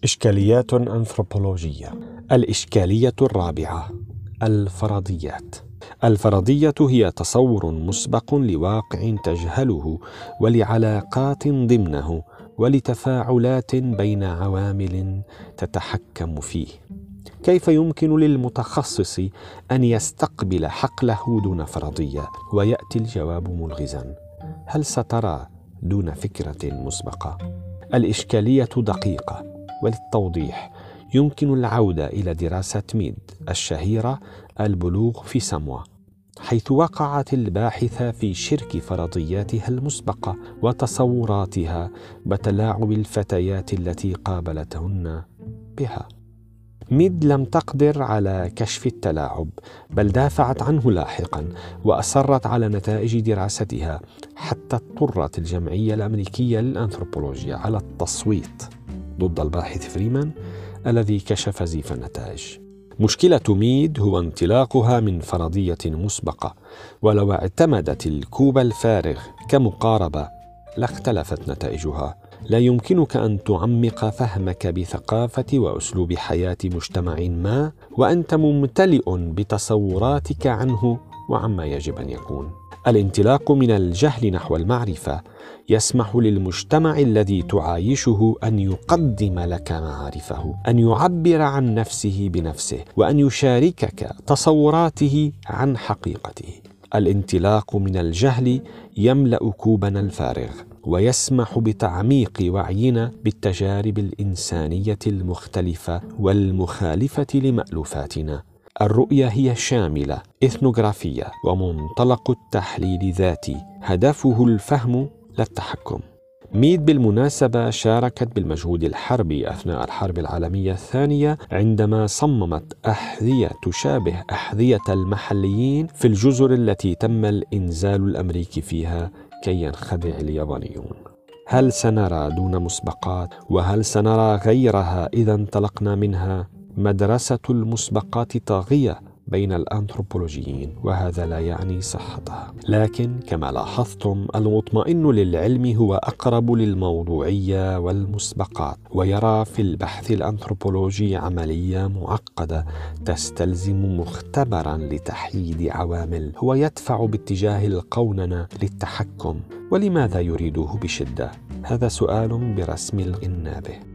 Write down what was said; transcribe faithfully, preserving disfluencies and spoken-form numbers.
إشكاليات أنثروبولوجية. الإشكالية الرابعة: الفرضيات. الفرضية هي تصور مسبق لواقع تجهله، ولعلاقات ضمنه، ولتفاعلات بين عوامل تتحكم فيه. كيف يمكن للمتخصص أن يستقبل حقله دون فرضية؟ ويأتي الجواب ملغزا: هل سترى دون فكرة مسبقة؟ الإشكالية دقيقة، وللتوضيح يمكن العودة إلى دراسة ميد الشهيرة البلوغ في ساموا، حيث وقعت الباحثة في شرك فرضياتها المسبقة وتصوراتها بتلاعب الفتيات التي قابلتهن بها. ميد لم تقدر على كشف التلاعب، بل دافعت عنه لاحقا وأصرت على نتائج دراستها، حتى اضطرت الجمعية الأمريكية للأنثروبولوجيا على التصويت ضد الباحث فريمان الذي كشف زيف النتائج. مشكلة ميد هو انطلاقها من فرضية مسبقة، ولو اعتمدت الكوب الفارغ كمقاربة لاختلفت نتائجها. لا يمكنك أن تعمق فهمك بثقافة وأسلوب حياة مجتمع ما وأنت ممتلئ بتصوراتك عنه وعما يجب أن يكون. الانطلاق من الجهل نحو المعرفة يسمح للمجتمع الذي تعايشه أن يقدم لك معارفه، أن يعبر عن نفسه بنفسه، وأن يشاركك تصوراته عن حقيقته. الانطلاق من الجهل يملأ كوبنا الفارغ، ويسمح بتعميق وعينا بالتجارب الإنسانية المختلفة والمخالفة لمألوفاتنا. الرؤية هي شاملة، إثنوغرافية، ومنطلق التحليل ذاتي، هدفه الفهم لا التحكم. ميد بالمناسبة شاركت بالمجهود الحربي أثناء الحرب العالمية الثانية، عندما صممت أحذية تشابه أحذية المحليين في الجزر التي تم الإنزال الأمريكي فيها كي ينخدع اليابانيون. هل سنرى دون مسبقات؟ وهل سنرى غيرها إذا انطلقنا منها؟ مدرسة المسبقات طاغية بين الأنثروبولوجيين، وهذا لا يعني صحتها. لكن كما لاحظتم، المطمئن للعلم هو أقرب للموضوعية والمسبقات، ويرى في البحث الأنثروبولوجي عملية معقدة تستلزم مختبرا لتحييد عوامل هو يدفع باتجاه القوننة للتحكم. ولماذا يريده بشدة؟ هذا سؤال برسم الغنابه.